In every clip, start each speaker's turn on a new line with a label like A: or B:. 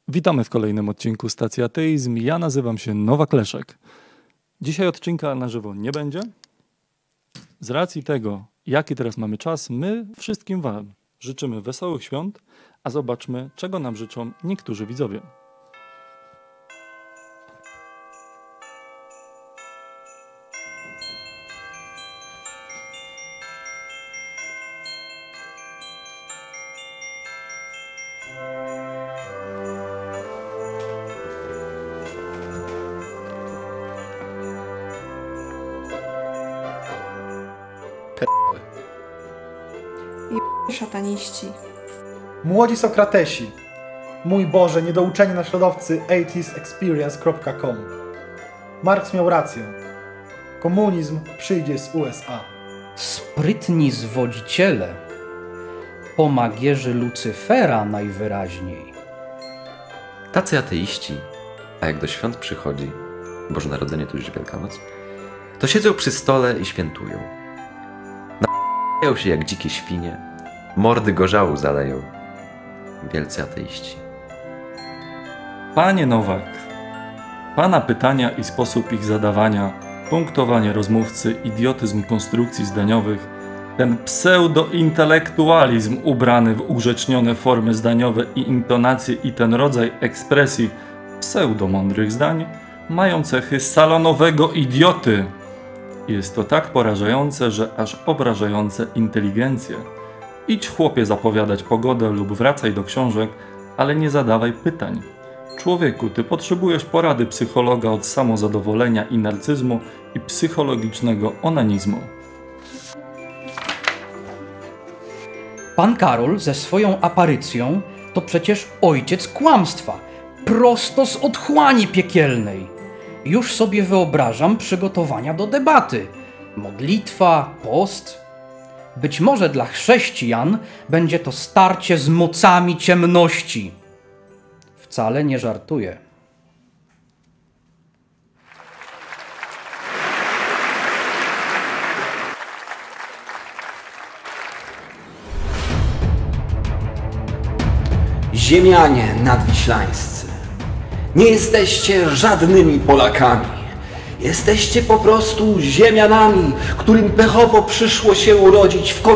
A: Witamy w kolejnym odcinku Stacji Ateizm. Ja nazywam się Nowak Leszek. Dzisiaj odcinka na żywo nie będzie. Z racji tego, jaki teraz mamy czas, my wszystkim wam życzymy wesołych świąt, a zobaczmy, czego nam życzą niektórzy widzowie.
B: Szataniści.
C: Młodzi Sokratesi. Mój Boże, niedouczeni naśladowcy atheistexperience.com. Marks miał rację. Komunizm przyjdzie z USA.
D: Sprytni zwodziciele. Pomagierzy Lucyfera najwyraźniej.
E: Tacy ateiści, a jak do świąt przychodzi, Boże Narodzenie to już Wielkanoc, to siedzą przy stole i świętują. Napijają się jak dzikie świnie, mordy gorzału zaleją. Wielcy ateiści.
A: Panie Nowak, pana pytania i sposób ich zadawania, punktowanie rozmówcy, idiotyzm konstrukcji zdaniowych, ten pseudointelektualizm ubrany w ugrzecznione formy zdaniowe i intonacje i ten rodzaj ekspresji pseudomądrych zdań mają cechy salonowego idioty. Jest to tak porażające, że aż obrażające inteligencję. Idź chłopie zapowiadać pogodę lub wracaj do książek, ale nie zadawaj pytań. Człowieku, ty potrzebujesz porady psychologa od samozadowolenia i narcyzmu i psychologicznego onanizmu.
D: Pan Karol ze swoją aparycją to przecież ojciec kłamstwa. Prosto z otchłani piekielnej. Już sobie wyobrażam przygotowania do debaty. Modlitwa, post. Być może dla chrześcijan będzie to starcie z mocami ciemności. Wcale nie żartuję.
F: Ziemianie nadwiślańscy, nie jesteście żadnymi Polakami. Jesteście po prostu ziemianami, którym pechowo przyszło się urodzić w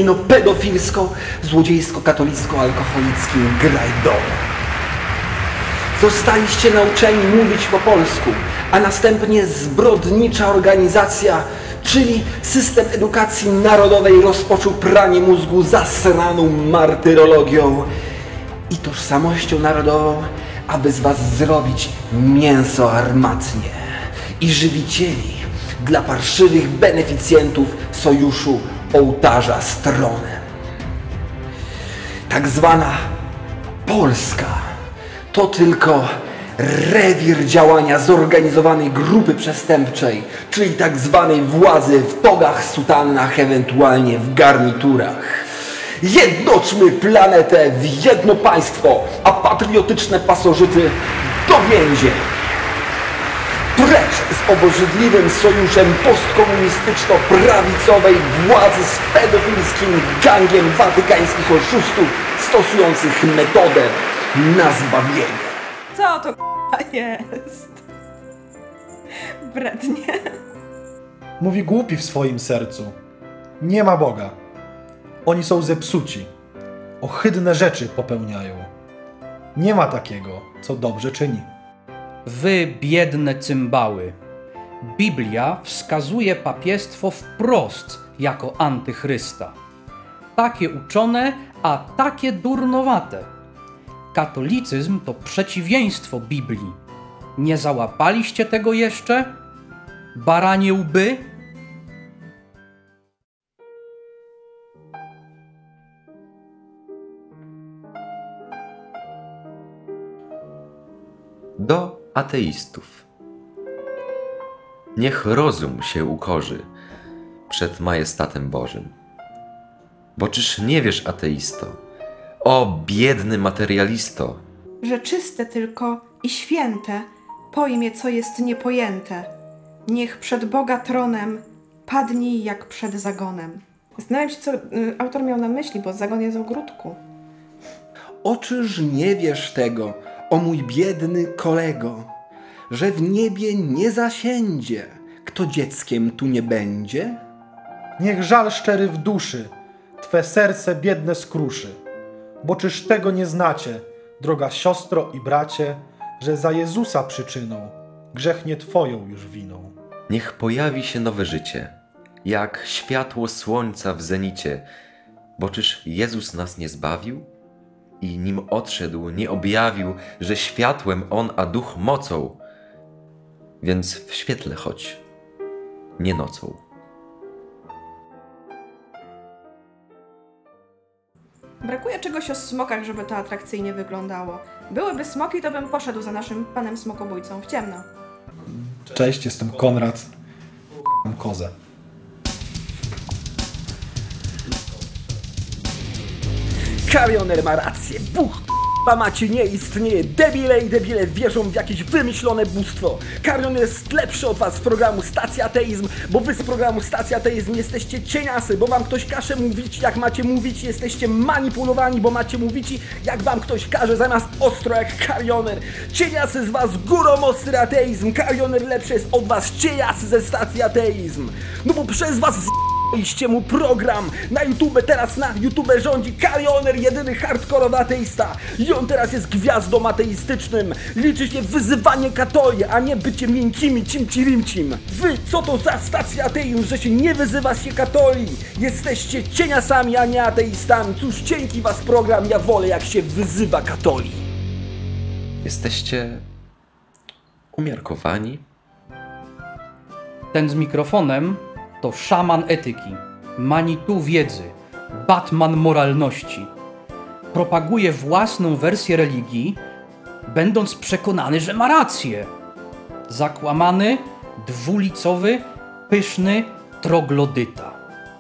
F: korupcyjno-pedofilsko-złodziejsko-katolicko-alkoholickim grajdomie. Zostaliście nauczeni mówić po polsku, a następnie zbrodnicza organizacja, czyli system edukacji narodowej, rozpoczął pranie mózgu zasraną martyrologią i tożsamością narodową, aby z was zrobić mięso armatnie i żywicieli dla parszywych beneficjentów sojuszu ołtarza z tronem. Tak zwana Polska to tylko rewir działania zorganizowanej grupy przestępczej, czyli tak zwanej władzy w togach, sutannach, ewentualnie w garniturach. Jednoczmy planetę w jedno państwo, a patriotyczne pasożyty do więzień. Precz z obrzydliwym sojuszem postkomunistyczno-prawicowej władzy z pedofilskim gangiem watykańskich oszustów stosujących metodę na zbawienie.
B: Co to jest? Brednie.
C: Mówi głupi w swoim sercu. Nie ma Boga. Oni są zepsuci. Ohydne rzeczy popełniają. Nie ma takiego, co dobrze czyni.
D: Wy biedne cymbały. Biblia wskazuje papiestwo wprost jako antychrysta. Takie uczone, a takie durnowate. Katolicyzm to przeciwieństwo Biblii. Nie załapaliście tego jeszcze? Baranie łby?
E: Do ateistów. Niech rozum się ukorzy przed majestatem Bożym. Bo czyż nie wiesz, ateisto, o biedny materialisto,
B: Że czyste tylko i święte pojmie, co jest niepojęte. Niech przed Boga tronem padnij jak przed zagonem. Zastanawiam się, co autor miał na myśli, bo zagon jest w ogródku.
F: Oczyż nie wiesz tego, O mój biedny kolego, że w niebie nie zasiędzie, kto dzieckiem tu nie będzie?
C: Niech żal szczery w duszy Twe serce biedne skruszy. Bo czyż tego nie znacie, droga siostro i bracie, że za Jezusa przyczyną grzech nie Twoją już winą.
E: Niech pojawi się nowe życie, jak światło słońca w zenicie, bo czyż Jezus nas nie zbawił? I nim odszedł, nie objawił, że światłem On, a duch mocą. Więc w świetle chodź, nie nocą.
B: Brakuje czegoś o smokach, żeby to atrakcyjnie wyglądało. Byłyby smoki, to bym poszedł za naszym panem smokobójcą w ciemno.
C: Cześć, jestem Konrad. Mam kozę.
F: Karioner ma rację, Bóg k***a macie nie istnieje, debile i debile wierzą w jakieś wymyślone bóstwo. Karioner jest lepszy od was z programu Stacja Ateizm, bo wy z programu Stacja Ateizm jesteście cieniasy, bo wam ktoś każe mówić jak macie mówić, jesteście manipulowani, bo macie mówić jak wam ktoś każe zamiast ostro jak Karioner. Cieniasy z was górą ostry ateizm, Karioner lepszy jest od was, cieniasy ze Stacji Ateizm. No bo przez was iście mu program na YouTube, teraz na YouTube rządzi Karioner, jedyny hardkorowy ateista i on teraz jest gwiazdą ateistycznym. Liczy się wyzywanie katoli, a nie bycie miękkimi cimci-rimcim. Wy, co to za stacja ateizm, że się nie wyzywa się katoli? Jesteście cieniasami, a nie ateistami. Cóż, cienki was program, ja wolę jak się wyzywa katoli.
E: Jesteście umiarkowani?
D: Ten z mikrofonem to szaman etyki, Manitou wiedzy, Batman moralności. Propaguje własną wersję religii, będąc przekonany, że ma rację. Zakłamany, dwulicowy, pyszny troglodyta.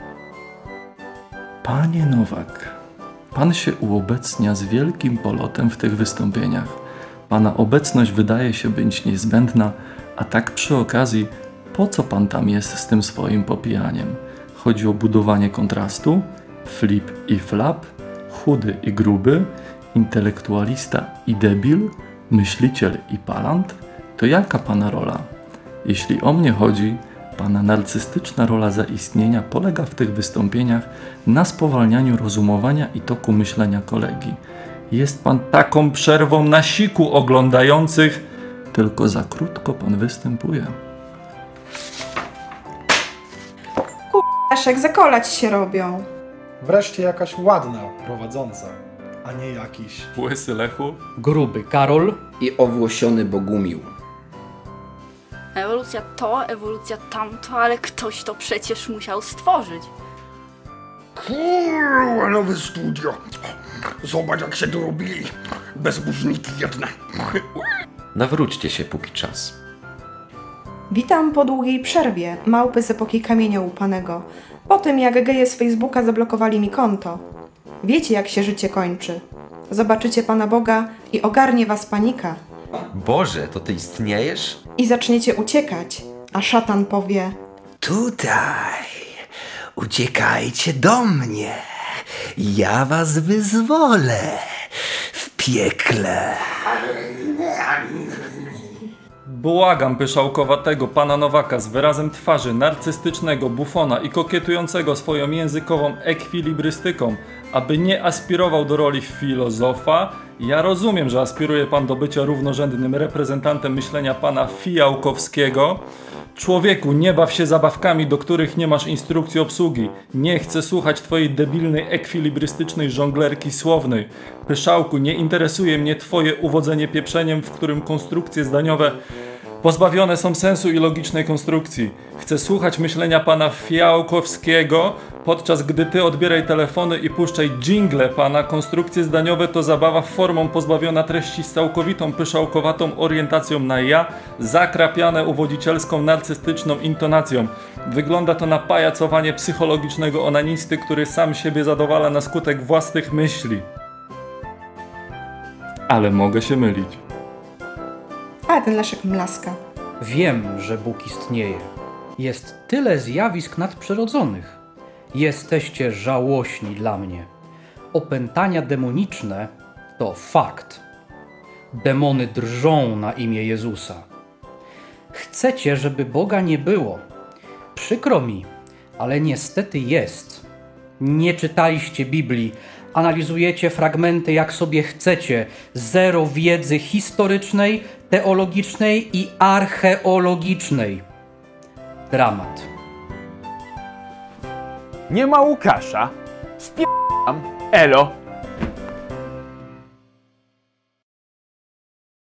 A: Panie Nowak, pan się uobecnia z wielkim polotem w tych wystąpieniach. Pana obecność wydaje się być niezbędna, a tak przy okazji, po co pan tam jest z tym swoim popijaniem? Chodzi o budowanie kontrastu? Flip i flap? Chudy i gruby? Intelektualista i debil? Myśliciel i palant? To jaka pana rola? Jeśli o mnie chodzi, pana narcystyczna rola zaistnienia polega w tych wystąpieniach na spowalnianiu rozumowania i toku myślenia kolegi. Jest pan taką przerwą na siku oglądających, tylko za krótko pan występuje.
B: Leszek, zakolać się robią.
C: Wreszcie jakaś ładna prowadząca, a nie jakiś...
A: Łysy Lechu?
D: Gruby Karol,
F: I owłosiony Bogumił.
G: Ewolucja to, ewolucja tamto, ale ktoś to przecież musiał stworzyć.
F: Kurwa, nowe studio. Zobacz jak się dorobili. Bezbożniki jedne.
E: Nawróćcie się póki czas.
B: Witam po długiej przerwie, małpy z epoki kamienia łupanego. Po tym jak geje z Facebooka zablokowali mi konto. Wiecie jak się życie kończy. Zobaczycie Pana Boga i ogarnie was panika.
E: Boże, to ty istniejesz?
B: I zaczniecie uciekać, a szatan powie:
F: Tutaj. Uciekajcie do mnie. Ja was wyzwolę. W piekle.
A: Błagam pyszałkowatego pana Nowaka z wyrazem twarzy narcystycznego bufona i kokietującego swoją językową ekwilibrystyką, aby nie aspirował do roli filozofa. Ja rozumiem, że aspiruje pan do bycia równorzędnym reprezentantem myślenia pana Fijałkowskiego. Człowieku, nie baw się zabawkami, do których nie masz instrukcji obsługi. Nie chcę słuchać twojej debilnej ekwilibrystycznej żonglerki słownej. Pyszałku, nie interesuje mnie twoje uwodzenie pieprzeniem, w którym konstrukcje zdaniowe pozbawione są sensu i logicznej konstrukcji. Chcę słuchać myślenia pana Fijałkowskiego, podczas gdy ty odbieraj telefony i puszczaj dżingle pana. Konstrukcje zdaniowe to zabawa formą pozbawiona treści z całkowitą pyszałkowatą orientacją na ja, zakrapiane uwodzicielską narcystyczną intonacją. Wygląda to na pajacowanie psychologicznego onanisty, który sam siebie zadowala na skutek własnych myśli. Ale mogę się mylić.
B: ale ten Leszek mlaska.
D: wiem, że Bóg istnieje. Jest tyle zjawisk nadprzyrodzonych. Jesteście żałośni dla mnie. Opętania demoniczne to fakt. Demony drżą na imię Jezusa. Chcecie, żeby Boga nie było. Przykro mi, ale niestety jest. Nie czytaliście Biblii, analizujecie fragmenty jak sobie chcecie. Zero wiedzy historycznej, teologicznej i archeologicznej. Dramat.
H: Nie ma Łukasza. Elo.